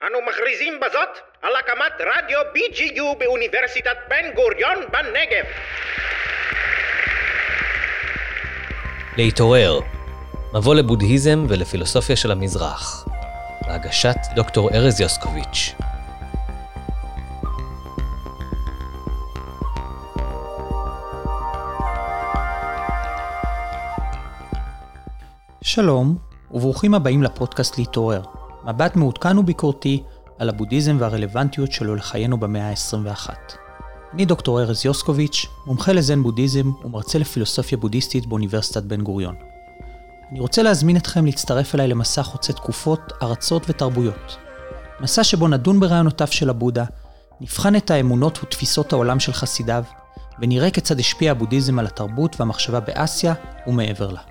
אנו מכריזים בזאת על הקמת רדיו BGU באוניברסיטת בן גוריון בנגב. להתעורר, מבוא לבודהיזם ולפילוסופיה של המזרח, בהגשת דוקטור ארז יוסקוביץ'. שלום, וברוכים הבאים לפודקאסט להתעורר, מבט מעודכן וביקורתי על הבודהיזם והרלוונטיות שלו לחיינו במאה ה-21. אני דוקטור ארז יוסקוביץ', מומחה לזן בודהיזם ומרצה לפילוסופיה בודהיסטית באוניברסיטת בן גוריון. אני רוצה להזמין אתכם להצטרף אליי למסע חוצה תקופות, ארצות ותרבויות. מסע שבו נדון ברעיונותיו של הבודה, נבחן את האמונות ותפיסות העולם של חסידיו, ונראה כיצד השפיע הבודהיזם על התרבות והמחשבה באסיה ומעבר לה.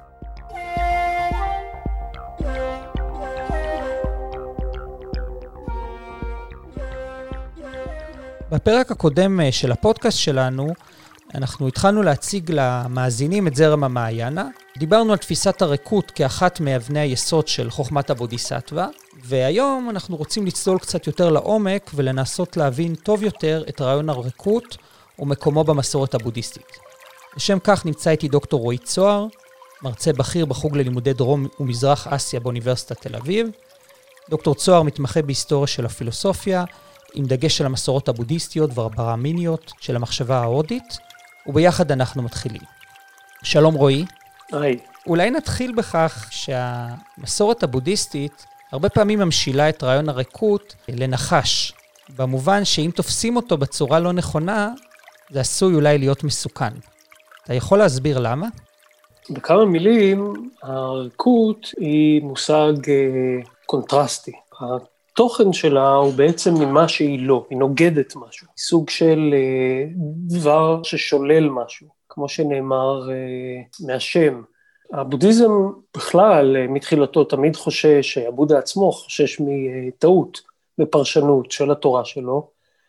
בפרק הקודם של הפודקאסט שלנו, אנחנו התחלנו להציג למאזינים את זרם המעיינה. דיברנו על תפיסת הריקות כאחת מאבני היסוד של חוכמת הבודיסטווה, והיום אנחנו רוצים לצלול קצת יותר לעומק ולנסות להבין טוב יותר את רעיון הריקות ומקומו במסורת הבודהיסטית. לשם כך נמצא איתי דוקטור רועי צוהר, מרצה בכיר בחוג ללימודי דרום ומזרח אסיה באוניברסיטת תל אביב. דוקטור צוהר מתמחה בהיסטוריה של הפילוסופיה, עם דגש של המסורות הבודהיסטיות והברהמיניות של המחשבה ההודית, וביחד אנחנו מתחילים. שלום רועי. היי. אולי נתחיל בכך שהמסורת הבודהיסטית הרבה פעמים ממשילה את רעיון הריקות לנחש, במובן שאם תופסים אותו בצורה לא נכונה, זה עשוי אולי להיות מסוכן. אתה יכול להסביר למה? בכמה מילים, הריקות היא מושג קונטרסטי. התוכן שלה הוא בעצם ממה שהיא לא, היא נוגדת משהו, סוג של דבר ששולל משהו, כמו שנאמר מהשם. הבודהיזם בכלל מתחילתו תמיד חושש, הבודה עצמו חושש מטעות בפרשנות של התורה שלו,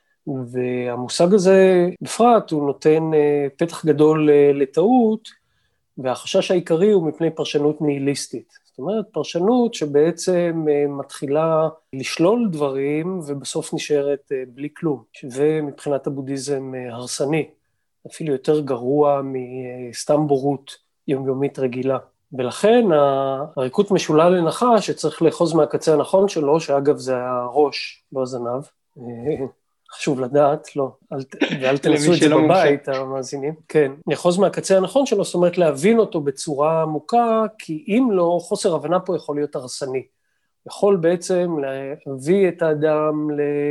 והמושג הזה בפרט הוא נותן פתח גדול לטעות, והחשש העיקרי הוא מפני פרשנות ניהיליסטית. זאת אומרת, פרשנות שבעצם מתחילה לשלול דברים ובסוף נשארת בלי כלום, שזה מבחינת הבודהיזם הרסני, אפילו יותר גרוע מסתם בורות יומיומית רגילה. ולכן הריקות משולה לנחש שצריך לאחוז מהקצה הנכון שלו, שאגב זה הראש, לא הזנב. חשוב לדעת, לא, ואל תנסו את זה בבית, המאזינים. כן, לאחוז מהקצה הנכון שלו, זאת אומרת להבין אותו בצורה עמוקה, כי אם לא, חוסר הבנה פה יכול להיות הרסני. יכול בעצם להביא את האדם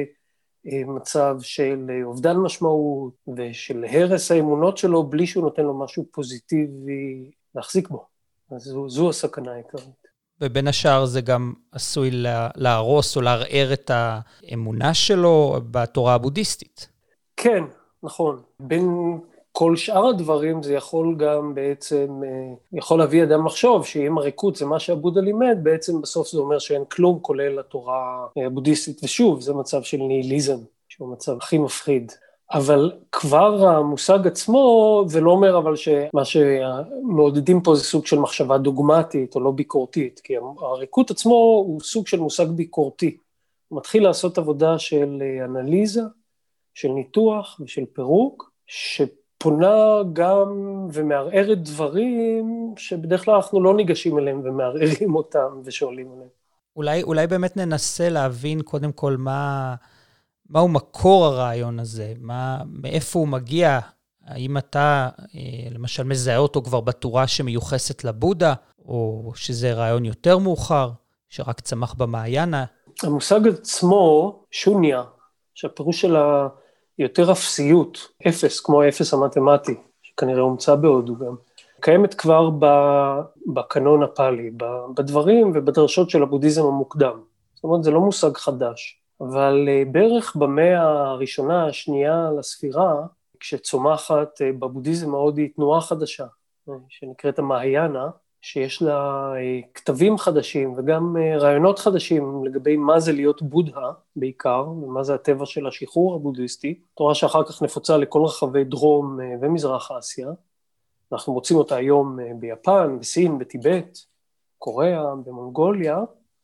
למצב של אובדן משמעות, ושל הרס האמונות שלו, בלי שהוא נותן לו משהו פוזיטיבי להחזיק בו. אז זו הסכנה העיקרית. ובין השאר זה גם עשוי להרוס או לערער את האמונה שלו בתורה הבודהיסטית. כן, נכון. בין כל שאר הדברים זה יכול גם בעצם, יכול להביא אדם לחשוב שאם הריקות זה מה שהבודה לימד, בעצם בסוף זה אומר שאין כלום כולל התורה הבודהיסטית. ושוב, זה מצב של ניהיליזם, שהוא מצב הכי מפחיד. אבל כבר המושג עצמו, זה לא אומר אבל שמה שמעודדים פה זה סוג של מחשבה דוגמטית או לא ביקורתית, כי הריקות עצמו הוא סוג של מושג ביקורתי. הוא מתחיל לעשות עבודה של אנליזה, של ניתוח ושל פירוק, שפונה גם ומערערת דברים שבדרך כלל אנחנו לא ניגשים אליהם ומערערים אותם ושואלים עליהם. אולי באמת ננסה להבין קודם כל מהו מקור הרעיון הזה, מאיפה הוא מגיע, האם אתה למשל מזהה אותו כבר בתורה שמיוחסת לבודה, או שזה רעיון יותר מאוחר, שרק צמח במעיינה? המושג עצמו, שוניה, שהפירוש שלה יותר אפסיות, אפס, כמו האפס המתמטי, שכנראה הומצא בהודו גם, קיימת כבר בקנון הפאלי, בדברים ובדרשות של הבודהיזם המוקדם. זאת אומרת, זה לא מושג חדש. אבל בערך במאה הראשונה, השנייה לספירה, כשצומחת בבודהיזם ההודי תנועה חדשה, שנקראת המעיינה, שיש לה כתבים חדשים וגם רעיונות חדשים לגבי מה זה להיות בודה בעיקר, ומה זה הטבע של השחרור הבודהיסטי, תורה שאחר כך נפוצה לכל רחבי דרום ומזרח אסיה. אנחנו מוצאים אותה היום ביפן, בסין, בטיבט, קוריאה, במונגוליה,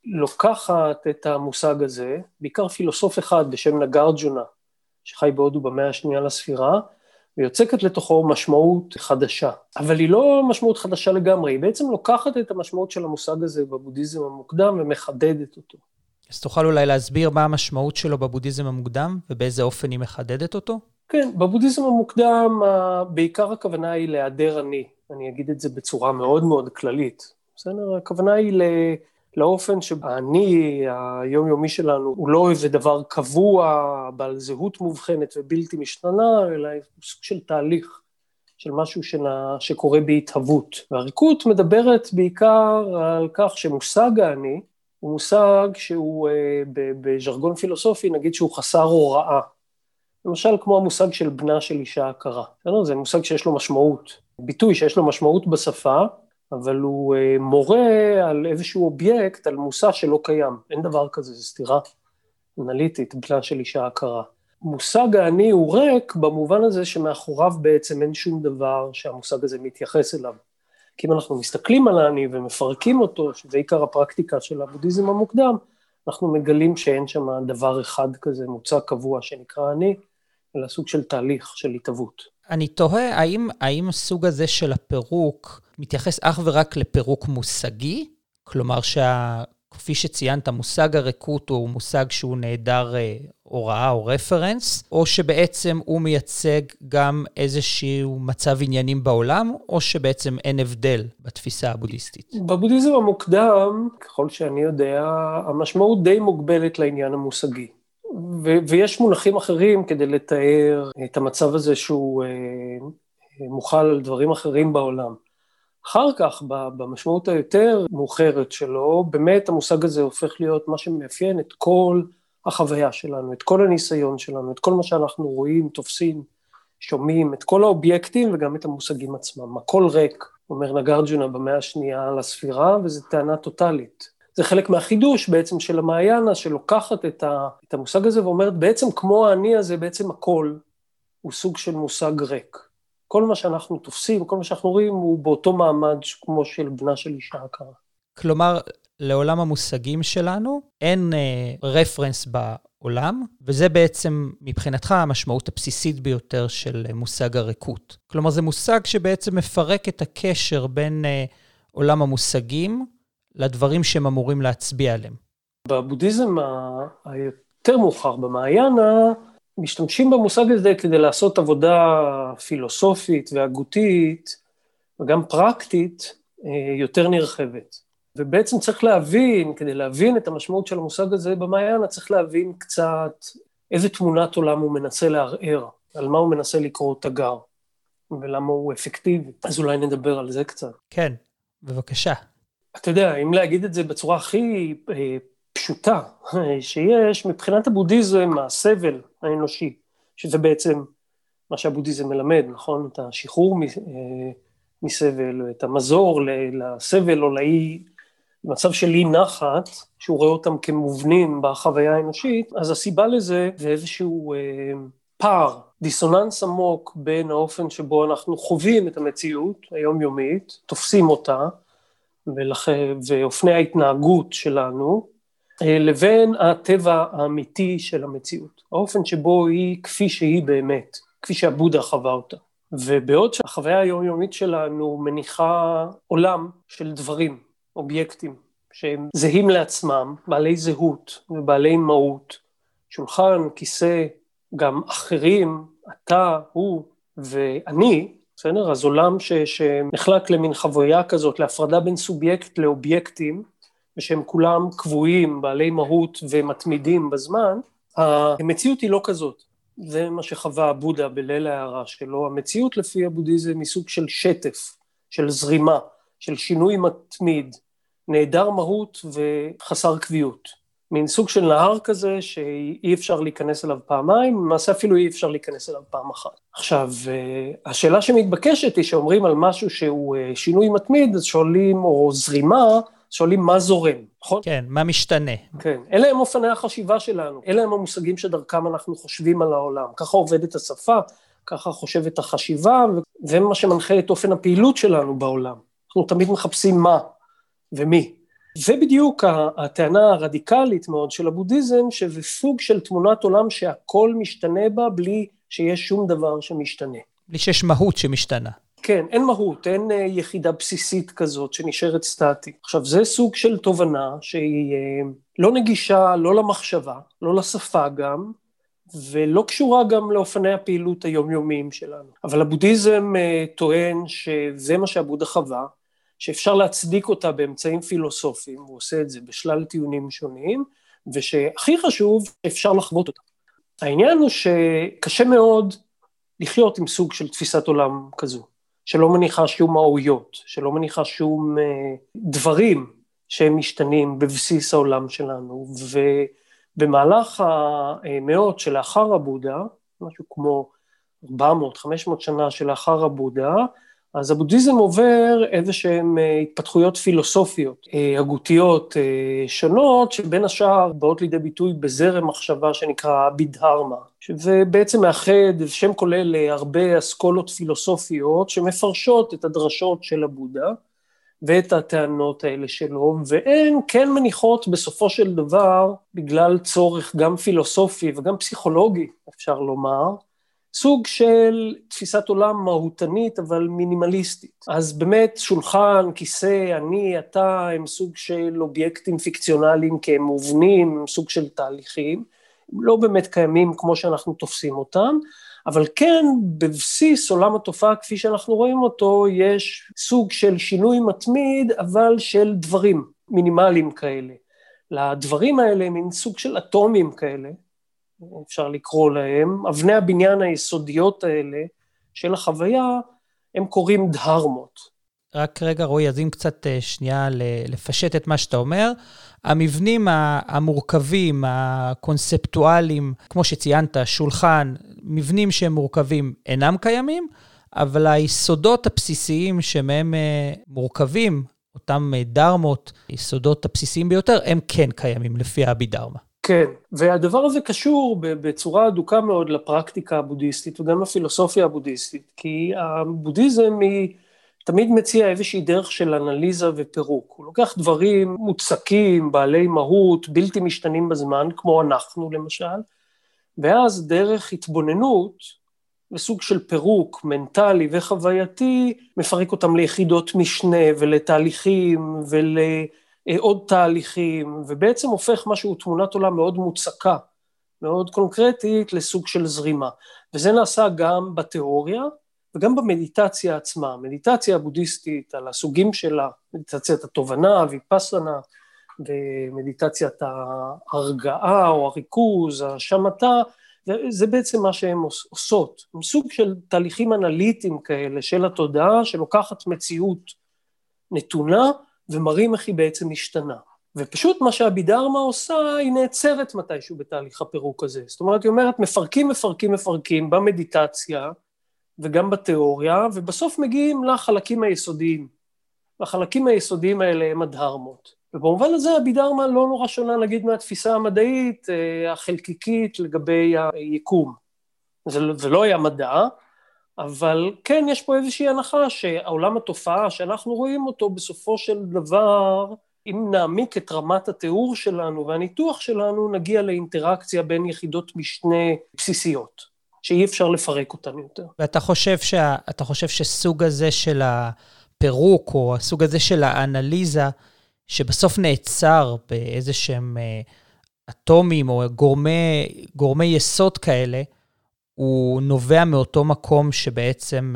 לוקחת את המושג הזה, בעיקר פילוסוף אחד בשם נגרג'ונה, שחי בהודו במאה השנייה לספירה, ויוצקת לתוכו משמעות חדשה. אבל היא לא משמעות חדשה לגמרי, היא בעצם לוקחת את המשמעות של המושג הזה בבודהיזם המוקדם ומחדדת אותו. אז תוכל אולי להסביר מה המשמעות שלו בבודהיזם המוקדם, ובאיזה אופן היא מחדדת אותו? כן, בבודהיזם המוקדם, בעיקר הכוונה היא להיעדר אני אגיד את זה בצורה מאוד מאוד כללית. בסדר? הכוונה היא לאופן שהאני היומיומי שלנו, הוא לא איזה דבר קבוע, בעל זהות מובחנת ובלתי משתנה, אלא סוג של תהליך, של משהו שקורה בהתהוות. והריקות מדברת בעיקר על כך שמושג האני, הוא מושג שהוא בז'רגון פילוסופי, נגיד שהוא חסר הוראה. למשל כמו המושג של בנה של אישה הכרה. זה מושג שיש לו משמעות, ביטוי שיש לו משמעות בשפה, אבל הוא מורה על איזשהו אובייקט, על מושא שלא קיים. אין דבר כזה, זה סתירה אנליטית, בנה של אישה הכרה. מושג האני הוא ריק במובן הזה שמאחוריו בעצם אין שום דבר שהמושג הזה מתייחס אליו. כי אם אנחנו מסתכלים על האני ומפרקים אותו, שזה עיקר הפרקטיקה של הבודהיזם המוקדם, אנחנו מגלים שאין שם דבר אחד כזה, מוצא קבוע שנקרא אני, אלא סוג של תהליך של התהוות. אני תוהה, האם הסוג הזה של הפירוק מתייחס אך ורק לפירוק מושגי? כלומר כפי שציינת, מושג הריקות הוא מושג שהוא נעדר הוראה או רפרנס, או שבעצם הוא מייצג גם איזשהו מצב עניינים בעולם, או שבעצם אין הבדל בתפיסה הבודהיסטית? בבודהיזם המוקדם, ככל שאני יודע, המשמעות די מוגבלת לעניין המושגי. ויש מונחים אחרים כדי לתאר את המצב הזה שהוא מוחל על דברים אחרים בעולם. אחר כך, במשמעות היותר מאוחרת שלו, באמת המושג הזה הופך להיות מה שמאפיין את כל החוויה שלנו, את כל הניסיון שלנו, את כל מה שאנחנו רואים, תופסים, שומעים, את כל האובייקטים וגם את המושגים עצמם. הכל ריק, אומר נגרג'ונה במאה השנייה לספירה, וזו טענה טוטלית. זה חלק מהחידוש בעצם של המעיינה, שלוקחת את המושג הזה ואומרת, בעצם כמו האני הזה, בעצם הכל הוא סוג של מושג ריק. כל מה שאנחנו תופסים, כל מה שאנחנו רואים, הוא באותו מעמד כמו של בנה של אישה הכרה. כלומר, לעולם המושגים שלנו, אין רפרנס בעולם, וזה בעצם מבחינתך המשמעות הבסיסית ביותר של מושג הריקות. כלומר, זה מושג שבעצם מפרק את הקשר בין עולם המושגים, לדברים שהם אמורים להצביע עליהם. בבודהיזם היותר מאוחר במעיינה, משתמשים במושג הזה כדי לעשות עבודה פילוסופית והגותית, וגם פרקטית, יותר נרחבת. ובעצם צריך להבין, כדי להבין את המשמעות של המושג הזה במעיינה, צריך להבין קצת איזה תמונת עולם הוא מנסה לערער, על מה הוא מנסה לקרוא תגר, ולמה הוא אפקטיבי. אז אולי נדבר על זה קצת. כן, בבקשה. אתה יודע, אם להגיד את זה בצורה הכי פשוטה שיש, מבחינת הבודהיזם, הסבל האנושי, שזה בעצם מה שהבודהיזם מלמד, נכון? את השחרור מסבל, את המזור לסבל או למצב של אי נחת, שהוא רואה אותם כמובנים בחוויה האנושית, אז הסיבה לזה זה איזשהו פער, דיסוננס עמוק בין האופן שבו אנחנו חווים את המציאות היומיומית, תופסים אותה, ואופני ההתנהגות שלנו, לבין הטבע האמיתי של המציאות. האופן שבו היא כפי שהיא באמת, כפי שהבודה חווה אותה. ובעוד שהחוויה היומיומית שלנו מניחה עולם של דברים, אובייקטים, שהם זהים לעצמם, בעלי זהות ובעלי מהות, שולחן, כיסא, גם אחרים, אתה, הוא ואני, בסדר? אז עולם שנחלק למין חוויה כזאת, להפרדה בין סובייקט לאובייקטים, ושהם כולם קבועים, בעלי מהות ומתמידים בזמן, המציאות היא לא כזאת. זה מה שחווה הבודה בליל ההערה שלו. המציאות לפי הבודהיזם היא סוג של שטף, של זרימה, של שינוי מתמיד, נעדר מהות וחסר קביעות. מין סוג של נהר כזה שאי אפשר להיכנס אליו פעמיים, למעשה אפילו אי אפשר להיכנס אליו פעם אחת. עכשיו, השאלה שמתבקשת היא שאומרים על משהו שהוא שינוי מתמיד, אז שואלים, או זרימה, שואלים מה זורם, נכון? כן, מה משתנה. כן, אלה הם אופני החשיבה שלנו, אלה הם המושגים שדרכם אנחנו חושבים על העולם. ככה עובדת השפה, ככה חושבת החשיבה, וזה מה שמנחה את אופן הפעילות שלנו בעולם. אנחנו תמיד מחפשים מה ומי. זה בדיוק הטענה הרדיקלית מאוד של הבודהיזם, שזה סוג של תמונת עולם שהכל משתנה בה בלי שיש שום דבר שמשתנה. בלי שיש מהות שמשתנה. כן, אין מהות, אין יחידה בסיסית כזאת שנשארת סטטית. עכשיו, זה סוג של תובנה שהיא לא נגישה, לא למחשבה, לא לשפה גם, ולא קשורה גם לאופני הפעילות היומיומיים שלנו. אבל הבודהיזם טוען שזה מה שהבודה חווה, שאפשר להצדיק אותה באמצעים פילוסופיים, הוא עושה את זה בשלל טיעונים שונים, ושהכי חשוב, אפשר לחוות אותה. העניין הוא שקשה מאוד לחיות עם סוג של תפיסת עולם כזו, שלא מניחה שום מהויות, שלא מניחה שום דברים שהם משתנים בבסיס העולם שלנו, ובמהלך המאות שלאחר הבודה, משהו כמו 400-500 שנה שלאחר הבודה, אז הבודהיזם עובר איזשהם התפתחויות פילוסופיות, הגותיות שונות, שבין השאר באות לידי ביטוי בזרם מחשבה שנקרא בידהרמה, שזה בעצם מאחד שם כולל הרבה אסכולות פילוסופיות שמפרשות את הדרשות של הבודה, ואת הטענות האלה שלו, והן כן מניחות בסופו של דבר, בגלל צורך גם פילוסופי וגם פסיכולוגי, אפשר לומר, סוג של תפיסת עולם מהותנית, אבל מינימליסטית. אז באמת שולחן, כיסא, אני, אתה, הם סוג של אובייקטים פיקציונליים, כי הם מובנים, סוג של תהליכים, לא באמת קיימים כמו שאנחנו תופסים אותם, אבל כן, בבסיס עולם התופעה, כפי שאנחנו רואים אותו, יש סוג של שינוי מתמיד, אבל של דברים מינימליים כאלה. לדברים האלה, מין סוג של אטומים כאלה, אפשר לקרוא להם, אבני הבניין היסודיות האלה של החוויה, הם קוראים דהרמות. רק רגע רועי, אז אם קצת שנייה לפשט את מה שאתה אומר, המבנים המורכבים, הקונספטואליים, כמו שציינת, שולחן, מבנים שהם מורכבים אינם קיימים, אבל היסודות הבסיסיים שמהם מורכבים, אותם דרמות, היסודות הבסיסיים ביותר, הם כן קיימים לפי הבידהרמה. כן, והדבר הזה קשור בצורה אדוקה מאוד לפרקטיקה הבודהיסטית וגם לפילוסופיה הבודהיסטית, כי הבודהיזם היא תמיד מציע איזושהי דרך של אנליזה ופירוק. הוא לוקח דברים מוצקים, בעלי מהות, בלתי משתנים בזמן, כמו אנחנו למשל, ואז דרך התבוננות וסוג של פירוק מנטלי וחווייתי, מפרק אותם ליחידות משנה ולתהליכים עוד תהליכים, ובעצם הופך משהו, תמונת עולם מאוד מוצקה, מאוד קונקרטית, לסוג של זרימה. וזה נעשה גם בתיאוריה, וגם במדיטציה עצמה. מדיטציה הבודהיסטית על הסוגים שלה, מדיטציית התובנה, ויפאסנה, ומדיטציית ההרגעה או הריכוז, השמטה, זה בעצם מה שהן עושות. הם סוג של תהליכים אנליטיים כאלה של התודעה, שלוקחת מציאות נתונה, ומראים איך היא בעצם משתנה. ופשוט מה שהבידהרמה עושה, היא נעצרת מתישהו בתהליך הפירוק הזה. זאת אומרת, היא אומרת, מפרקים במדיטציה, וגם בתיאוריה, ובסוף מגיעים לחלקים היסודיים. והחלקים היסודיים האלה הם הדהרמות. ובמובן הזה הבידהרמה לא נורא שונה, נגיד, מהתפיסה המדעית, החלקיקית לגבי היקום. זה לא היה מדע, אבל כן, יש פה איזושהי הנחה שהעולם התופעה שאנחנו רואים אותו בסופו של דבר, אם נעמיק את רמת התיאור שלנו והניתוח שלנו, נגיע לאינטראקציה בין יחידות משנה בסיסיות, שאי אפשר לפרק אותן יותר. ואתה חושב שסוג הזה של הפירוק, או הסוג הזה של האנליזה, שבסוף נעצר באיזשהם אטומים או גורמי יסוד כאלה, הוא נובע מאותו מקום שבעצם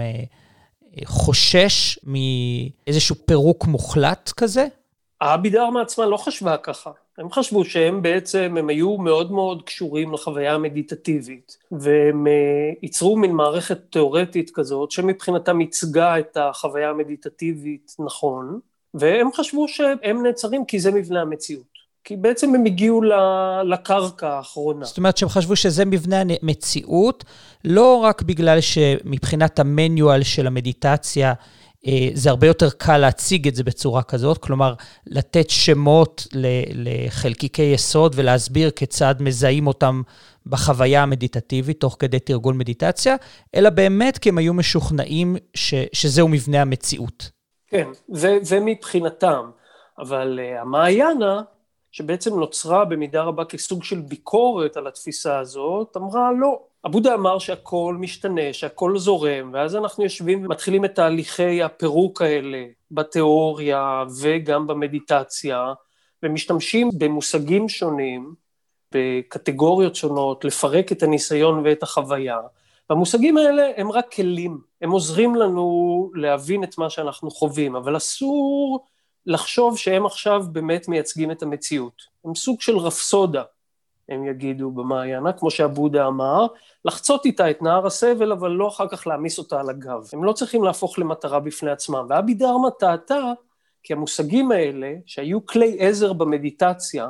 חושש מאיזשהו פירוק מוחלט כזה? הבידהרמה עצמה לא חשבה ככה. הם חשבו שהם בעצם, הם היו מאוד מאוד קשורים לחוויה המדיטטיבית, והם ייצרו מין מערכת תיאורטית כזאת, שמבחינתם ייצגה את החוויה המדיטטיבית נכון, והם חשבו שהם נעצרים כי זה מבנה המציאות. כי בעצם הם הגיעו לקרקע האחרונה. זאת אומרת שהם חשבו שזה מבנה המציאות, לא רק בגלל שמבחינת המניואל של המדיטציה, זה הרבה יותר קל להציג את זה בצורה כזאת, כלומר, לתת שמות לחלקיקי יסוד, ולהסביר כיצד מזהים אותם בחוויה המדיטטיבית, תוך כדי תרגול מדיטציה, אלא באמת כי הם היו משוכנעים שזהו מבנה המציאות. כן, זה מבחינתם. אבל המעיינה, שבעצם נוצרה במידה רבה כסוג של ביקורת על התפיסה הזאת, אמרה לא. הבודה אמר שהכל משתנה, שהכל זורם, ואז אנחנו יושבים ומתחילים את תהליכי הפירוק האלה בתיאוריה וגם במדיטציה, ומשתמשים במושגים שונים, בקטגוריות שונות, לפרק את הניסיון ואת החוויה. והמושגים האלה הם רק כלים, הם עוזרים לנו להבין את מה שאנחנו חווים, אבל אסור לחשוב שהם עכשיו באמת מייצגים את המציאות. הם סוג של רפסודה, הם יגידו במעיינה, כמו שהבודה אמר, לחצות איתה את נהר הסבל, אבל לא אחר כך להמיס אותה על הגב. הם לא צריכים להפוך למטרה בפני עצמם. והאבידרמה טעתה, כי המושגים האלה, שהיו כלי עזר במדיטציה,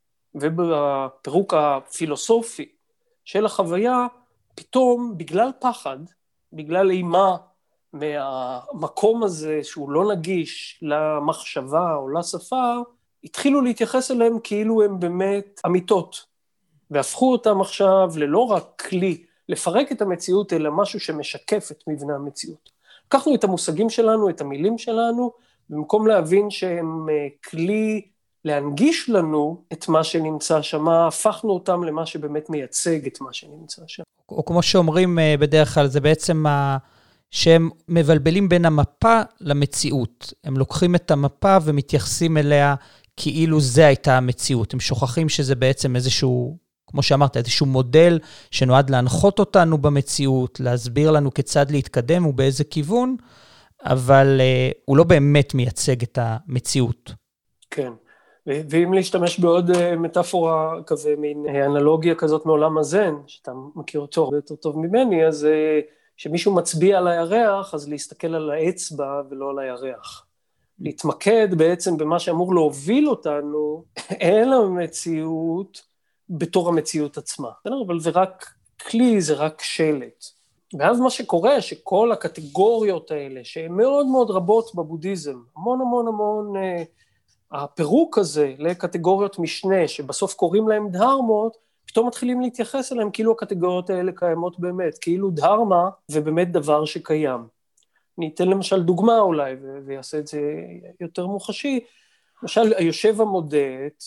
ובפירוק הפילוסופי של החוויה, פתאום בגלל פחד, בגלל אימה מהמקום הזה שהוא לא נגיש למחשבה או לשפה, התחילו להתייחס אליהם כאילו הם באמת אמיתות, והפכו אותם עכשיו ללא רק כלי לפרק את המציאות, אלא משהו שמשקף את מבנה המציאות. לקחנו את המושגים שלנו, את המילים שלנו, במקום להבין שהם כלי להנגיש לנו את מה שנמצא שם, הפכנו אותם למה שבאמת מייצג את מה שנמצא שם. או כמו שאומרים בדרך כלל, זה בעצם שהם מבלבלים בין המפה למציאות. הם לוקחים את המפה ומתייחסים אליה כאילו זה הייתה המציאות. הם שוכחים שזה בעצם איזשהו, כמו שאמרת, איזשהו מודל שנועד להנחות אותנו במציאות, להסביר לנו כיצד להתקדם ובאיזה כיוון, אבל הוא לא באמת מייצג את המציאות. כן. ואם להשתמש בעוד מטאפורה כזה, מין אנלוגיה כזאת מעולם הזן, שאתה מכיר אותו הרבה יותר טוב ממני, אז שמישהו מצביע על הירח, אז להסתכל על האצבע ולא על הירח. להתמקד בעצם במה שאמור להוביל אותנו אל המציאות בתור המציאות עצמה. אבל זה רק כלי, זה רק שלט. ואז מה שקורה, שכל הקטגוריות האלה, שהן מאוד מאוד רבות בבודהיזם, המון המון המון הפירוק הזה לקטגוריות משנה, שבסוף קוראים להם דהרמות, פתאום מתחילים להתייחס אליהם כאילו הקטגוריות האלה קיימות באמת, כאילו דהרמה ובאמת דבר שקיים. אני אתן למשל דוגמה אולי, ויעשה את זה יותר מוחשי. למשל, היושב המודט,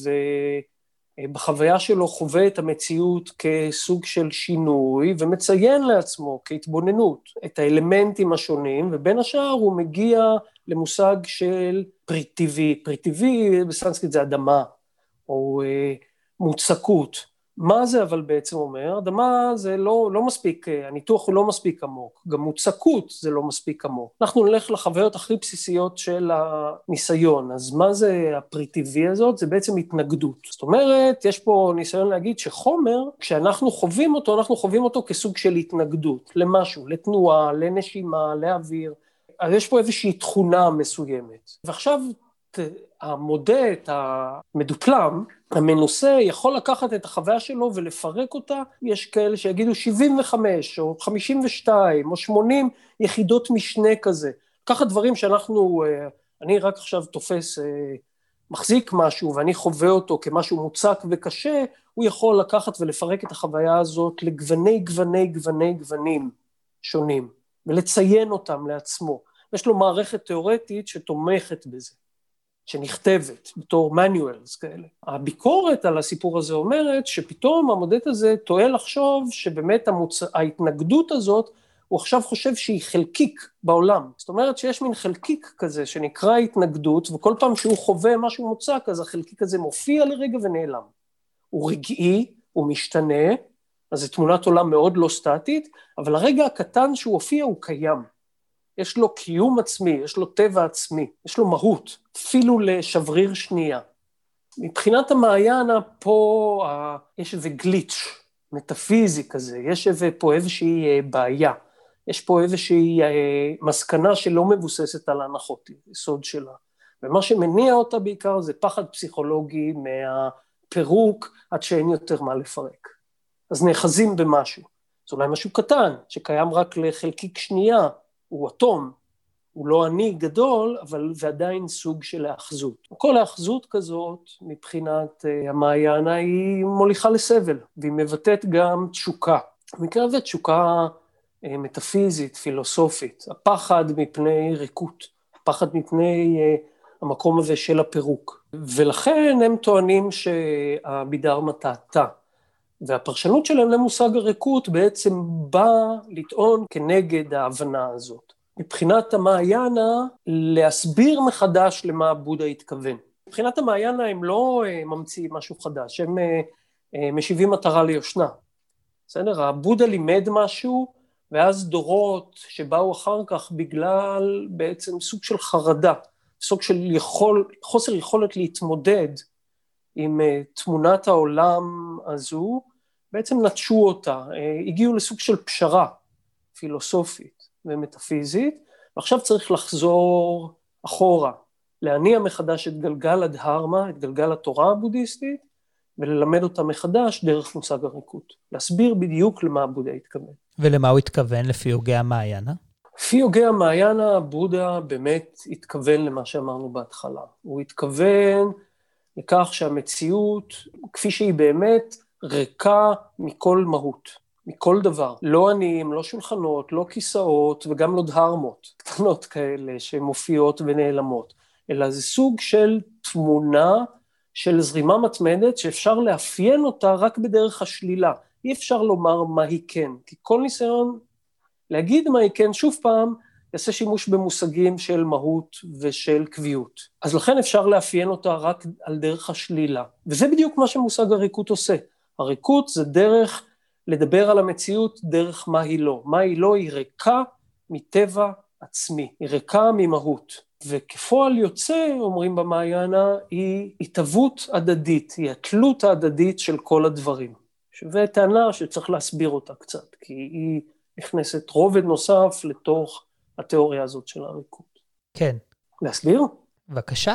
ובחוויה שלו חווה את המציאות כסוג של שינוי, ומציין לעצמו כהתבוננות את האלמנטים השונים, ובין השאר הוא מגיע למושג של פריטיבי. פריטיבי בסנסקריט זה אדמה, או מוצקות. מה זה אבל בעצם אומר? אדמה זה לא מספיק, הניתוח הוא לא מספיק עמוק, גם מוצקות זה לא מספיק עמוק. אנחנו נלך לחוויות הכי בסיסיות של הניסיון, אז מה זה הפריטיבי הזאת? זה בעצם התנגדות. זאת אומרת, יש פה ניסיון להגיד שחומר, כשאנחנו חווים אותו, אנחנו חווים אותו כסוג של התנגדות, למשהו, לתנועה, לנשימה, לאוויר, אז יש פה איזושהי תכונה מסוימת. ועכשיו המודט, המדופלם, המנוסה, יכול לקחת את החוויה שלו ולפרק אותה. יש כאלה שיגידו 75 או 52 או 80 יחידות משנה כזה. ככה דברים שאנחנו, אני רק עכשיו תופס, מחזיק משהו ואני חווה אותו כמשהו מוצק וקשה, הוא יכול לקחת ולפרק את החוויה הזאת לגוונים שונים, ולציין אותם לעצמו. יש לו מערכת תיאורטית שתומכת בזה, שנכתבת בתור manuals כאלה. הביקורת על הסיפור הזה אומרת שפתאום המודט הזה טועה לחשוב שבאמת ההתנגדות הזאת, הוא עכשיו חושב שהיא חלקיק בעולם. זאת אומרת שיש מין חלקיק כזה שנקרא התנגדות, וכל פעם שהוא חווה משהו מוצק, אז החלקיק הזה מופיע לרגע ונעלם. הוא רגעי, הוא משתנה, אז זו תמונת עולם מאוד לא סטטית, אבל הרגע הקטן שהוא הופיע הוא קיים. יש לו קיום עצמי, יש לו טבע עצמי, יש לו מהות, אפילו לשבריר שנייה. מבחינת המעיינה פה יש איזה גליץ' מטאפיזי כזה, יש פה איזושהי בעיה, יש פה איזושהי מסקנה שלא מבוססת על ההנחות, יסוד שלה. ומה שמניע אותה בעיקר זה פחד פסיכולוגי מהפירוק עד שאין יותר מה לפרק. אז נאחזים במשהו. זה אולי משהו קטן, שקיים רק לחלקיק שנייה, הוא אטום, הוא לא עני גדול, אבל זה עדיין סוג של האחזות. כל האחזות כזאת, מבחינת המעיינה, היא מוליכה לסבל, והיא מבטאת גם תשוקה. במקרה הזה תשוקה מטאפיזית, פילוסופית, הפחד מפני ריקות, הפחד מפני המקום הזה של הפירוק. ולכן הם טוענים שהבידרמה טעתה. והפרשנות שלהם למושג הריקות בעצם באה לטעון כנגד ההבנה הזאת. מבחינת המעיינה, להסביר מחדש למה בודה התכוון. מבחינת המעיינה הם לא ממציאים משהו חדש, הם משיבים מטרה ליושנה. בסדר? הבודה לימד משהו, ואז דורות שבאו אחר כך בגלל בעצם סוג של חרדה, סוג של חוסר יכולת להתמודד עם תמונת העולם הזו, בעצם נטשו אותה, הגיעו לסוג של פשרה פילוסופית ומטאפיזית, ועכשיו צריך לחזור אחורה, להניע מחדש את גלגל הדהרמה, את גלגל התורה הבודהיסטית, וללמד אותה מחדש דרך מושג הריקות. להסביר בדיוק למה הבודה התכוון. ולמה הוא התכוון לפי הוגי המעיינה? לפי הוגי המעיינה, הבודה באמת התכוון למה שאמרנו בהתחלה. הוא התכוון לכך שהמציאות, כפי שהיא באמת, ריקה מכל מהות, מכל דבר. לא עניים, לא שולחנות, לא כיסאות, וגם לא דהרמות, קטנות כאלה שמופיעות ונעלמות, אלא זה סוג של תמונה של זרימה מתמדת שאפשר לאפיין אותה רק בדרך השלילה. אי אפשר לומר מה היא כן, כי כל ניסיון להגיד מה היא כן, שוב פעם, יעשה שימוש במושגים של מהות ושל קביעות. אז לכן אפשר לאפיין אותה רק על דרך השלילה. וזה בדיוק מה שמושג הריקות עושה. הריקות זה דרך לדבר על המציאות דרך מה היא לא. מה היא לא היא ריקה מטבע עצמי, היא ריקה ממהות. וכפועל יוצא, אומרים במעיינה, היא התהוות הדדית, היא התלות ההדדית של כל הדברים. שווה טענה שצריך להסביר אותה קצת, כי היא נכנסת רובד נוסף לתוך התיאוריה הזאת של הריקות. כן. להסביר? בבקשה.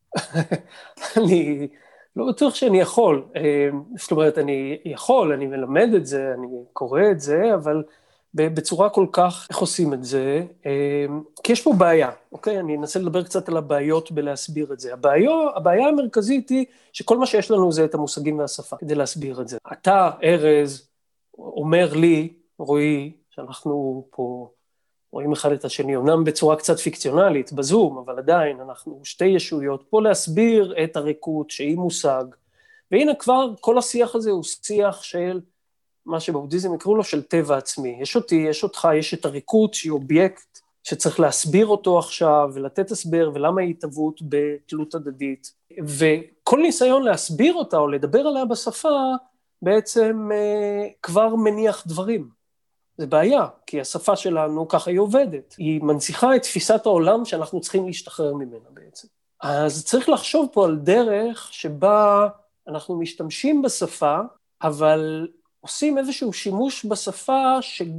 אני לא בטוח שאני יכול. זאת אומרת, אני יכול, אני מלמד את זה, אני קורא את זה, אבל בצורה כל כך, איך עושים את זה? כי יש פה בעיה, אוקיי? אני אנסה לדבר קצת על הבעיות בלהסביר את זה. הבעיה המרכזית היא שכל מה שיש לנו זה את המושגים והשפה, כדי להסביר את זה. אתה, ארז, אומר לי, רועי, שאנחנו פה רואים אחד את השני, אומנם בצורה קצת פיקציונלית, בזום, אבל עדיין אנחנו שתי ישויות, פה להסביר את הריקות שהיא מושג, והנה כבר כל השיח הזה הוא שיח של מה שבבודהיזם יקראו לו של טבע עצמי. יש אותי, יש אותך, יש את הריקות שהיא אובייקט שצריך להסביר אותו עכשיו ולתת הסבר ולמה היא התהוות בתלות הדדית. וכל ניסיון להסביר אותה או לדבר עליה בשפה בעצם כבר מניח דברים. זה בעיה, כי השפה שלנו ככה היא עובדת. היא מנציחה את תפיסת העולם שאנחנו צריכים להשתחרר ממנה בעצם. אז צריך לחשוב פה על דרך שבה אנחנו משתמשים בשפה, אבל עושים איזשהו שימוש בשפה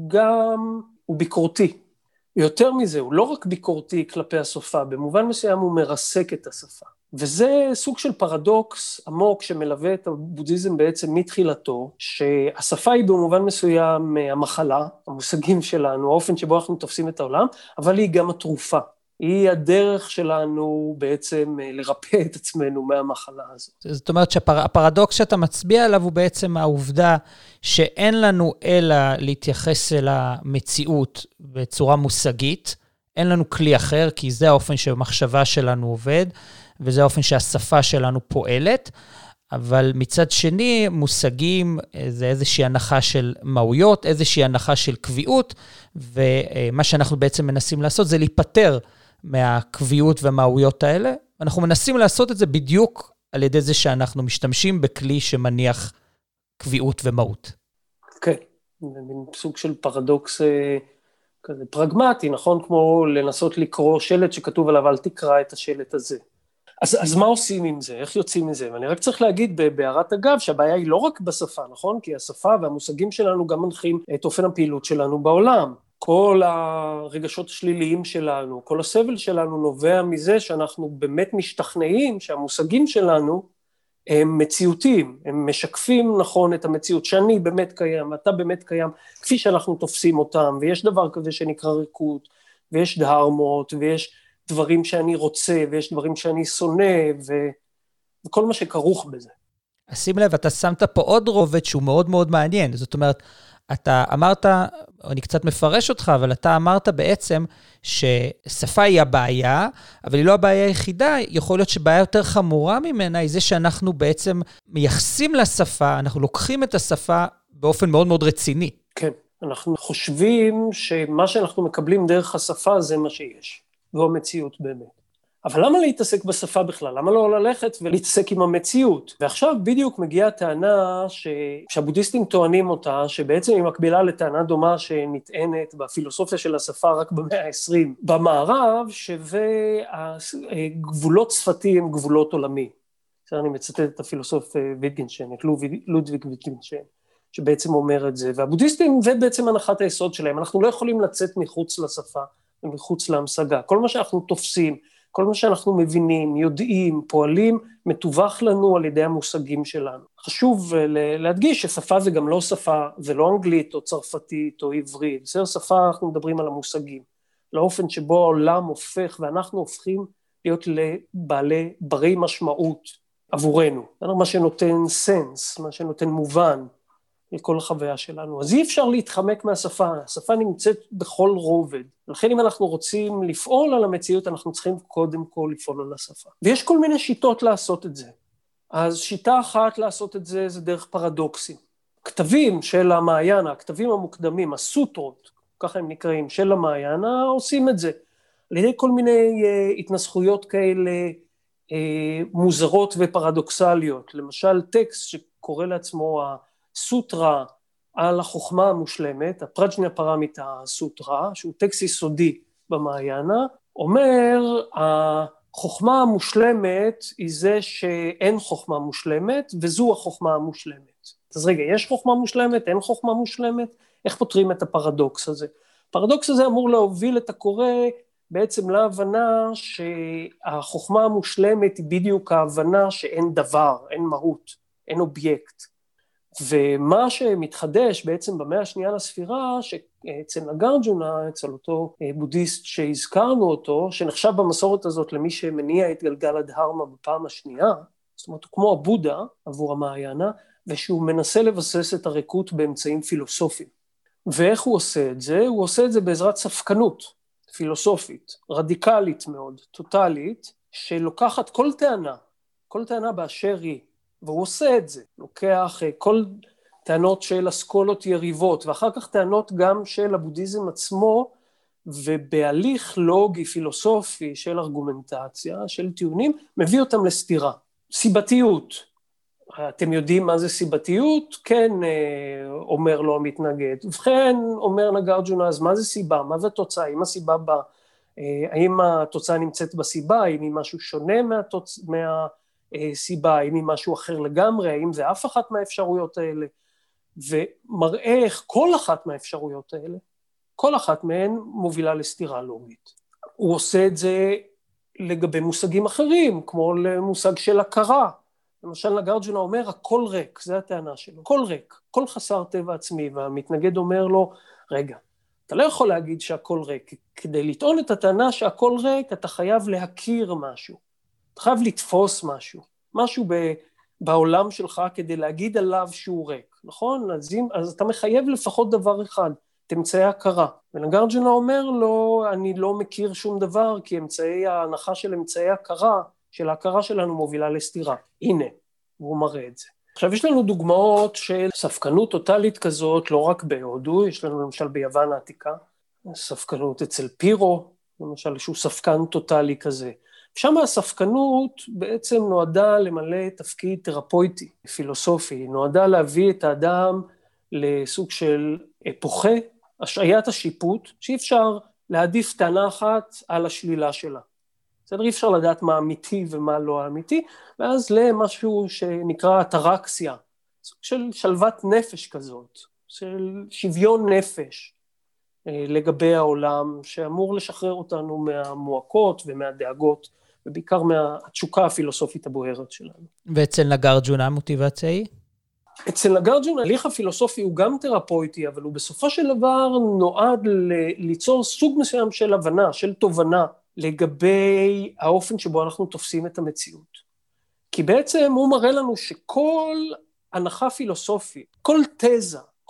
שגם הוא ביקורתי. יותר מזה, הוא לא רק ביקורתי כלפי השפה, במובן מסוים הוא מרסק את השפה. וזה סוג של פרדוקס עמוק שמלווה את הבודהיזם בעצם מתחילתו, שהשפה היא במובן מסוים המחלה, המושגים שלנו, האופן שבו אנחנו תופסים את העולם, אבל היא גם התרופה. היא הדרך שלנו בעצם לרפא את עצמנו מהמחלה הזאת. זאת אומרת שהפרדוקס שאתה מצביע עליו הוא בעצם העובדה שאין לנו אלא להתייחס אל המציאות בצורה מושגית, אין לנו כלי אחר, כי זה האופן שהמחשבה שלנו עובד, וזה האופן שהשפה שלנו פועלת, אבל מצד שני מושגים זה איזושהי הנחה של מהויות, איזושהי הנחה של קביעות, ומה שאנחנו בעצם מנסים לעשות זה להיפטר מהקביעות והמהויות האלה, אנחנו מנסים לעשות את זה בדיוק על ידי זה שאנחנו משתמשים בכלי שמניח קביעות ומהות. כן, זה מין סוג של פרדוקס כזה פרגמטי, נכון? כמו לנסות לקרוא שלט שכתוב עליו, אל תקרא את השלט הזה. אז מה עושים עם זה? איך יוצאים מזה? ואני רק צריך להגיד בהערת אגב שהבעיה היא לא רק בשפה, נכון? כי השפה והמושגים שלנו גם מנחים את אופן הפעילות שלנו בעולם. כל הרגשות השליליים שלנו, כל הסבל שלנו נובע מזה שאנחנו באמת משתכנעים שהמושגים שלנו הם מציאותיים, הם משקפים נכון את המציאות, שאני באמת קיים, אתה באמת קיים, כפי שאנחנו תופסים אותם, ויש דבר כזה שנקרא ריקות, ויש דהרמות, ויש דברים שאני רוצה, ויש דברים שאני שונא, וכל מה שכרוך בזה. אז שים לב, אתה שמת פה עוד רובד שהוא מאוד מאוד מעניין, זאת אומרת, אתה אמרת, אני קצת מפרש אותך, אבל אתה אמרת בעצם ששפה היא הבעיה, אבל היא לא הבעיה היחידה, יכול להיות שבעיה יותר חמורה ממנה, היא זה שאנחנו בעצם מייחסים לשפה, אנחנו לוקחים את השפה באופן מאוד מאוד רציני. כן, אנחנו חושבים שמה שאנחנו מקבלים דרך השפה זה מה שיש, זו המציאות באמת. אבל למה להתעסק בשפה בכלל? למה לא ללכת ולהתעסק עם המציאות? ועכשיו בדיוק מגיעה טענה שהבודהיסטים טוענים אותה, שבעצם היא מקבילה לטענה דומה שנטענת בפילוסופיה של השפה רק במאה ה-20. במערב גבולות שפתי הם גבולות עולמי. אני מצטט את הפילוסוף ויטגנשטיין, את לודוויג ויטגנשטיין, שבעצם אומר את זה. והבודהיסטים זה בעצם הנחת היסוד שלהם. אנחנו לא יכולים לצאת מחוץ לשפה ומחוץ להמשגה. כל מה שאנחנו תופסים, כל מה שאנחנו מבינים, יודעים, פועלים, מתווך לנו על ידי המושגים שלנו. חשוב להדגיש ששפה זה גם לא שפה, זה לא אנגלית או צרפתית או עברית, זה שפה, אנחנו מדברים על המושגים, לאופן שבו העולם הופך ואנחנו הופכים להיות ברי משמעות עבורנו, מה שנותן סנס, מה שנותן מובן לכל החוויה שלנו. אז אי אפשר להתחמק מהשפה, השפה נמצאת בכל רובד. לכן אם אנחנו רוצים לפעול על המציאות, אנחנו צריכים קודם כל לפעול על השפה. ויש כל מיני שיטות לעשות את זה. אז שיטה אחת לעשות את זה, זה דרך פרדוקסים. כתבים של המעיינה, הכתבים המוקדמים, הסוטרות, ככה הם נקראים, של המעיינה, עושים את זה. על ידי כל מיני התנסחויות כאלה מוזרות ופרדוקסליות. למשל טקסט שקורא לעצמו סוטרה על החוכמה המושלמת, הפרג'ניה פרמיטה סוטרה, שהוא טקסט יסודי במעיינה, אומר, החוכמה המושלמת היא זה שאין חוכמה מושלמת, וזו החוכמה המושלמת. אז רגע, יש חוכמה מושלמת, אין חוכמה מושלמת? איך פותרים את הפרדוקס הזה? הפרדוקס הזה אמור להוביל את הקורא בעצם להבנה שהחוכמה המושלמת היא בדיוק ההבנה שאין דבר, אין מהות, אין אובייקט. ומה שמתחדש בעצם במאה השנייה לספירה, שאצל נגארג'ונה, אצל אותו בודהיסט שהזכרנו אותו, שנחשב במסורת הזאת למי שמניע את גלגל הדהרמה בפעם השנייה, זאת אומרת, הוא כמו הבודה עבור המעיינה, ושהוא מנסה לבסס את הריקות באמצעים פילוסופיים. ואיך הוא עושה את זה? הוא עושה את זה בעזרת ספקנות פילוסופית, רדיקלית מאוד, טוטלית, שלוקחת כל טענה באשר היא, והוא עושה את זה, לוקח כל טענות של אסכולות יריבות, ואחר כך טענות גם של הבודהיזם עצמו, ובהליך לוגי פילוסופי של ארגומנטציה, של טיעונים, מביא אותם לסתירה. סיבתיות, אתם יודעים מה זה סיבתיות? כן, אומר לו המתנגד. ובכן, אומר נגארג'ונה, אז מה זה סיבה? מה זה תוצאה? האם התוצאה נמצאת בסיבה? האם היא משהו שונה סיבה, האם היא משהו אחר לגמרי, האם זה אף אחת מהאפשרויות האלה, ומראה איך כל אחת מהאפשרויות האלה, כל אחת מהן מובילה לסתירה לוגית. הוא עושה את זה לגבי מושגים אחרים, כמו למושג של הכרה. למשל נגארג'ונה אומר, הכל ריק, זה הטענה שלו, הכל ריק, הכל חסר טבע עצמי, והמתנגד אומר לו, רגע, אתה לא יכול להגיד שהכל ריק, כדי לטעון את הטענה שהכל ריק, אתה חייב להכיר משהו. אתה חייב לתפוס משהו בעולם שלך כדי להגיד עליו שהוא ריק, נכון? אז אתה מחייב לפחות דבר אחד, את אמצעי הכרה. ונגארג'ונה אומר לו, אני לא מכיר שום דבר, כי ההנחה של אמצעי הכרה, של ההכרה שלנו מובילה לסתירה. הנה, הוא מראה את זה. עכשיו יש לנו דוגמאות של ספקנות טוטלית כזאת, לא רק בהודו, יש לנו למשל ביוון העתיקה, ספקנות אצל פירו, למשל שהוא ספקן טוטלי כזה. שם הספקנות בעצם נועדה למלא תפקיד תרפויטי, פילוסופי, נועדה להביא את האדם לסוג של אפוכה, השעיית השיפוט, שאי אפשר להעדיף טענה אחת על השלילה שלה. בסדר, אי אפשר לדעת מה אמיתי ומה לא אמיתי, ואז למשהו שנקרא אטרקסיה, סוג של שלוות נפש כזאת, של שוויון נפש לגבי העולם, שאמור לשחרר אותנו מהמועקות ומהדאגות, ובעיקר מהתשוקה הפילוסופית הבוערת שלנו. ואצל נגארג'ונה המוטיבציה היא? אצל נגארג'ונה, ההליך הפילוסופי הוא גם תרפויטי, אבל הוא בסופו של דבר נועד ליצור סוג מסוים של הבנה, של תובנה, לגבי האופן שבו אנחנו תופסים את המציאות. כי בעצם הוא מראה לנו שכל הנחה פילוסופית, כל תזה,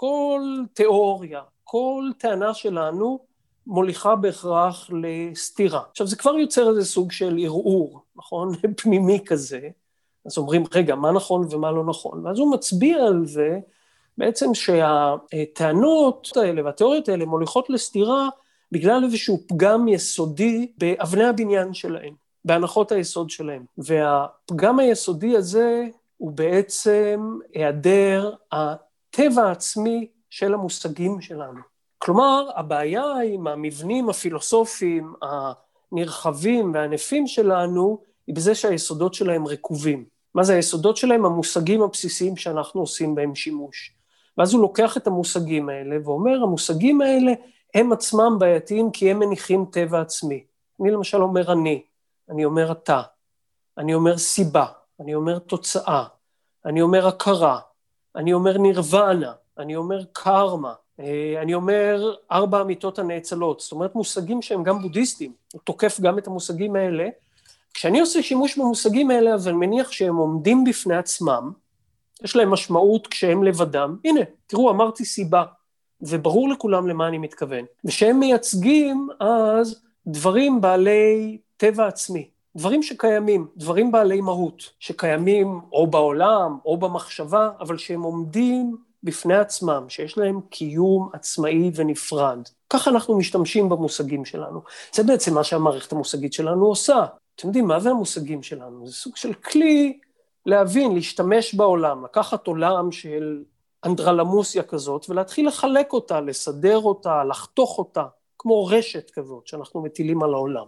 כל תיאוריה, כל טענה שלנו מוליכה בהכרח לסתירה. עכשיו זה כבר יוצר איזה סוג של ערעור, נכון? פנימי כזה. אז אומרים, רגע, מה נכון ומה לא נכון? ואז הוא מצביע על זה, בעצם שהטענות האלה והתיאוריות האלה מוליכות לסתירה, בגלל איזשהו פגם יסודי באבני הבניין שלהם, בהנחות היסוד שלהם. והפגם היסודי הזה הוא בעצם היעדר הטבע העצמי של המושגים שלנו. כלומר, הבעיה עם המבנים הפילוסופיים הנרחבים והענפים שלנו, היא בזה שהיסודות שלהם רקובים. מה זה היסודות שלהם? המושגים הבסיסיים שאנחנו עושים בהם שימוש. ואז הוא לוקח את המושגים האלה ואומר, המושגים האלה הם עצמם בעייתיים כי הם מניחים טבע עצמי. אני למשל אומר אני אומר אתה, אני אומר סיבה, אני אומר תוצאה, אני אומר הכרה, אני אומר נירוונה, אני אומר קרמה, אני אומר 4 אמיתות הנאצלות, זאת אומרת מושגים שהם גם בודהיסטים, הוא תוקף גם את המושגים האלה. כשאני עושה שימוש במושגים האלה, אז אני מניח שהם עומדים בפני עצמם, יש להם משמעות כשהם לבדם, הנה, תראו, אמרתי סיבה, וברור לכולם למה אני מתכוון, ושהם מייצגים אז דברים בעלי טבע עצמי, דברים שקיימים, דברים בעלי מהות, שקיימים או בעולם או במחשבה, אבל שהם עומדים בפני עצמם, שיש להם קיום עצמאי ונפרד. ככה אנחנו משתמשים במושגים שלנו. זה בעצם מה שהמערכת המושגית שלנו עושה. אתם יודעים, מה זה המושגים שלנו? זה סוג של כלי להבין, להשתמש בעולם, לקחת עולם של אנדרלמוסיה כזאת, ולהתחיל לחלק אותה, לסדר אותה, לחתוך אותה, כמו רשת כזאת שאנחנו מטילים על העולם.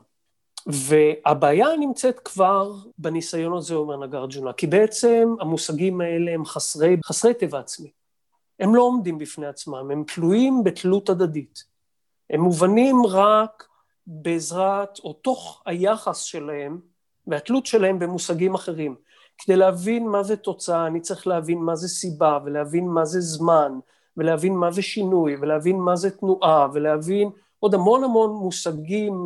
והבעיה נמצאת כבר בניסיון הזה, אומר נגארג'ונה, כי בעצם המושגים האלה הם חסרי טבע עצמי. הם לא עומדים בפני עצמם, הם תלויים בתלות הדדית. הם מובנים רק בעזרת או תוך היחס שלהם, והתלות שלהם במושגים אחרים. כדי להבין מה זה תוצאה, אני צריך להבין מה זה סיבה, ולהבין מה זה זמן, ולהבין מה זה שינוי, ולהבין מה זה תנועה, ולהבין עוד המון מושגים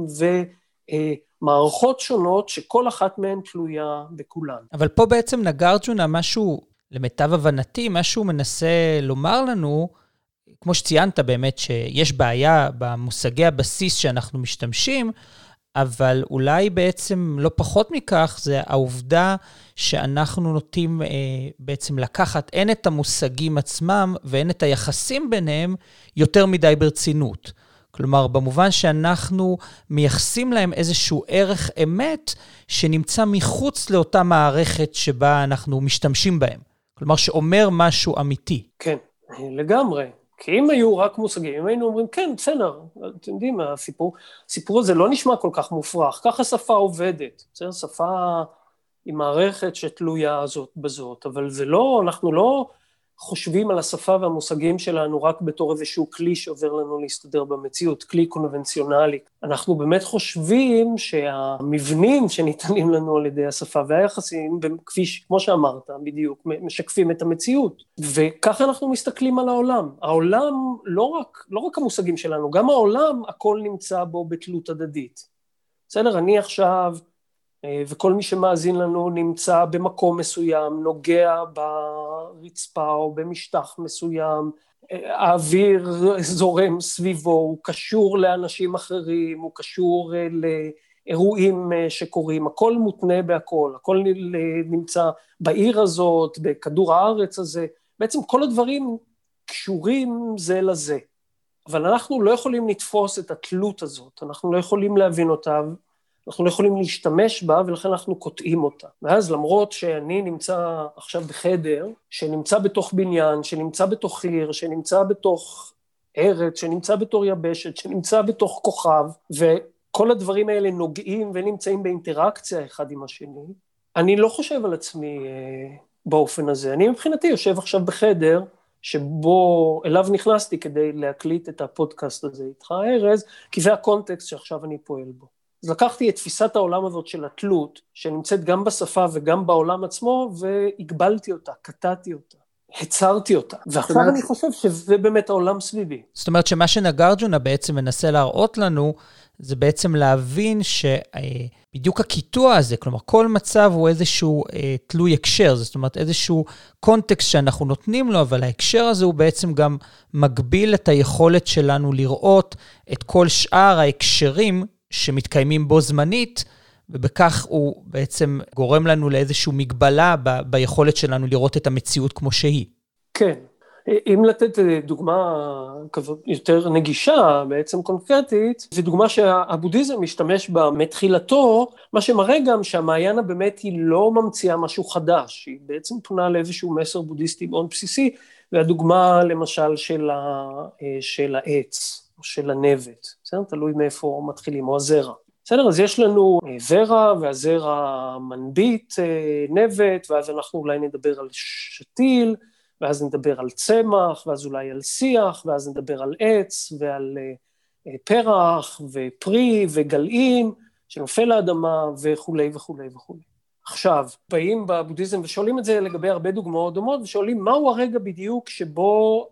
ומערכות שונות, שכל אחת מהן תלויה בכולן. אבל פה בעצם נגארג'ונה, משהו, למיטב הבנתי, משהו מנסה לומר לנו, כמו שציינת באמת שיש בעיה במושגי הבסיס שאנחנו משתמשים, אבל אולי בעצם לא פחות מכך, זה העובדה שאנחנו נוטים בעצם לקחת הן את המושגים עצמם והן את היחסים ביניהם יותר מדי ברצינות. כלומר, במובן שאנחנו מייחסים להם איזשהו ערך אמת שנמצא מחוץ לאותה מערכת שבה אנחנו משתמשים בהם. כלומר, שאומר משהו אמיתי. כן, לגמרי. כי אם היו רק מושגים, אם היינו אומרים, כן, בסדר, אתם יודעים, הסיפור הזה לא נשמע כל כך מופרך, ככה שפה עובדת, בסדר, שפה היא מערכת שתלויה זאת בזאת, אבל זה לא, אנחנו לא חושבים על השפה והמושגים שלנו רק בתור איזשהו כלי שעובר לנו להסתדר במציאות, כלי קונבנציונלי. אנחנו באמת חושבים שהמבנים שניתנים לנו על ידי השפה והיחסים, כמו שאמרת, בדיוק, משקפים את המציאות. וככה אנחנו מסתכלים על העולם. העולם, לא רק המושגים שלנו, גם העולם, הכל נמצא בו בתלות הדדית. בסדר, אני עכשיו, וכל מי שמאזין לנו נמצא במקום מסוים, נוגע ברצפה או במשטח מסוים, האוויר זורם סביבו, הוא קשור לאנשים אחרים, הוא קשור לאירועים שקורים, הכל מותנה בהכל, הכל נמצא בעיר הזאת, בכדור הארץ הזה, בעצם כל הדברים קשורים זה לזה, אבל אנחנו לא יכולים לתפוס את התלות הזאת, אנחנו לא יכולים להבין אותה, אנחנו לא יכולים להשתמש בה, ולכן אנחנו קוטעים אותה. ואז למרות שאני נמצא עכשיו בחדר, שנמצא בתוך בניין, שנמצא בתוך עיר, שנמצא בתוך ארץ, שנמצא בתור יבשת, שנמצא בתוך כוכב, וכל הדברים האלה נוגעים ונמצאים באינטראקציה אחד עם השני, אני לא חושב על עצמי באופן הזה. אני מבחינתי יושב עכשיו בחדר, שבו אליו נכנסתי כדי להקליט את הפודקאסט הזה איתך, ארז, כי זה הקונטקסט שעכשיו אני פועל בו. אז לקחתי את תפיסת העולם הזאת של התלות, שנמצאת גם בשפה וגם בעולם עצמו, והגבלתי אותה, קטעתי אותה. הצרתי אותה. ועכשיו אני חושב שזה באמת העולם סביבי. זאת אומרת שמה שנגרג'ונה בעצם מנסה להראות לנו, זה בעצם להבין שבדיוק הקיטוע הזה, כלומר כל מצב הוא איזשהו תלוי הקשר, זאת אומרת איזשהו קונטקסט שאנחנו נותנים לו, אבל ההקשר הזה הוא בעצם גם מגביל את היכולת שלנו לראות את כל שאר ההקשרים שמתקיימים בו זמנית, ובכך הוא בעצם גורם לנו לאיזשהו מגבלה ביכולת שלנו לראות את המציאות כמו שהיא. כן. אם לתת דוגמה כזאת יותר נגישה, בעצם קונקרטית, זו דוגמה שהבודהיזם משתמש בה מתחילתו, מה שמראה גם שהמעיינה באמת היא לא ממציאה משהו חדש, היא בעצם פונה לאיזשהו מסר בודהיסטי מאוד בסיסי, והדוגמה למשל של העץ, או של הנבט, בסדר? תלוי מאיפה מתחילים, או הזרע. בסדר, אז יש לנו זרע, והזרע מנביט נבט, ואז אנחנו אולי נדבר על שתיל, ואז נדבר על צמח, ואז אולי על שיח, ואז נדבר על עץ, ועל פרח, ופרי, וגלעים, שנופל לאדמה, וכו' וכו' וכו'. עכשיו, באים בבודהיזם ושואלים את זה לגבי הרבה דוגמאות דומות, ושואלים מהו הרגע בדיוק שבו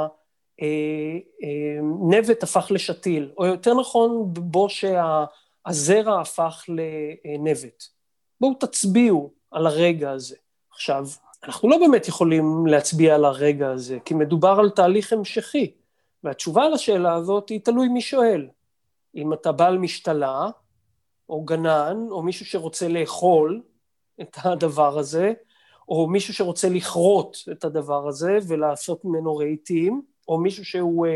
הנבט הפך לשתיל, או יותר נכון, בו שהזרע הפך לנבט. בואו תצביעו על הרגע הזה. עכשיו, אנחנו לא באמת יכולים להצביע על הרגע הזה, כי מדובר על תהליך המשכי, והתשובה לשאלה הזאת היא תלוי מי שואל. אם אתה בעל משתלה, או גנן, או מישהו שרוצה לאכול את הדבר הזה, או מישהו שרוצה לכרות את הדבר הזה, ולעשות ממנו רהיטים, או מישהו שהוא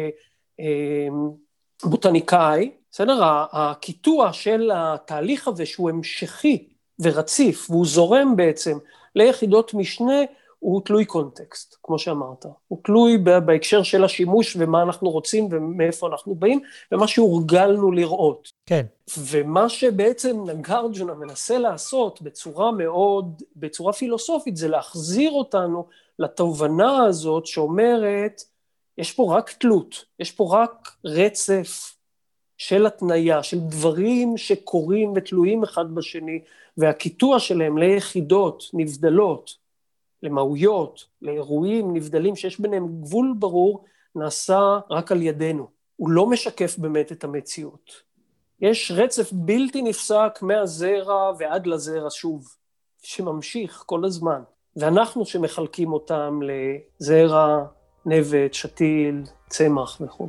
בוטניקאי, בסדר? הקיטוע של התהליך הזה שהוא המשכי ורציף, והוא זורם בעצם ליחידות משנה, הוא תלוי קונטקסט, כמו שאמרת. הוא תלוי בהקשר של השימוש ומה אנחנו רוצים ומאיפה אנחנו באים, ומה שהורגלנו לראות. כן. ומה שבעצם נגרג'ונה מנסה לעשות בצורה פילוסופית, זה להחזיר אותנו לתובנה הזאת שאומרת, יש פה רק תלות, יש פה רק רצף של התניה, של דברים שקורים ותלויים אחד בשני, והקיטוע שלהם ליחידות נבדלות, למהויות, לאירועים נבדלים שיש ביניהם גבול ברור, נעשה רק על ידינו. הוא לא משקף באמת את המציאות. יש רצף בלתי נפסק מהזרע ועד לזרע שוב, שממשיך כל הזמן. ואנחנו שמחלקים אותם לזרע, נבט, שתיל, צמח וכו'.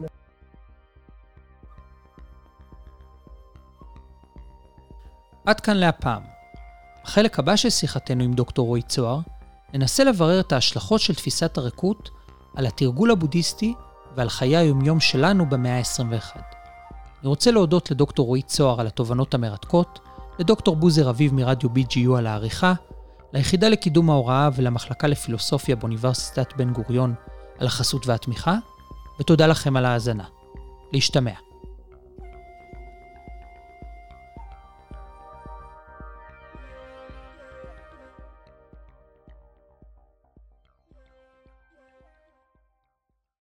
עד כאן להפעם. בחלק הבא של שיחתנו עם דוקטור רועי צוהר, ננסה לברר את ההשלכות של תפיסת הריקות על התרגול הבודהיסטי ועל חיי היומיום שלנו במאה ה-21. אני רוצה להודות לדוקטור רועי צוהר על התובנות המרתקות, לדוקטור בוזר אביב מרדיו BGU על העריכה, ליחידה לקידום ההוראה ולמחלקה לפילוסופיה באוניברסיטת בן גוריון על החסות והתמיכה, ותודה לכם על ההאזנה. להשתמע.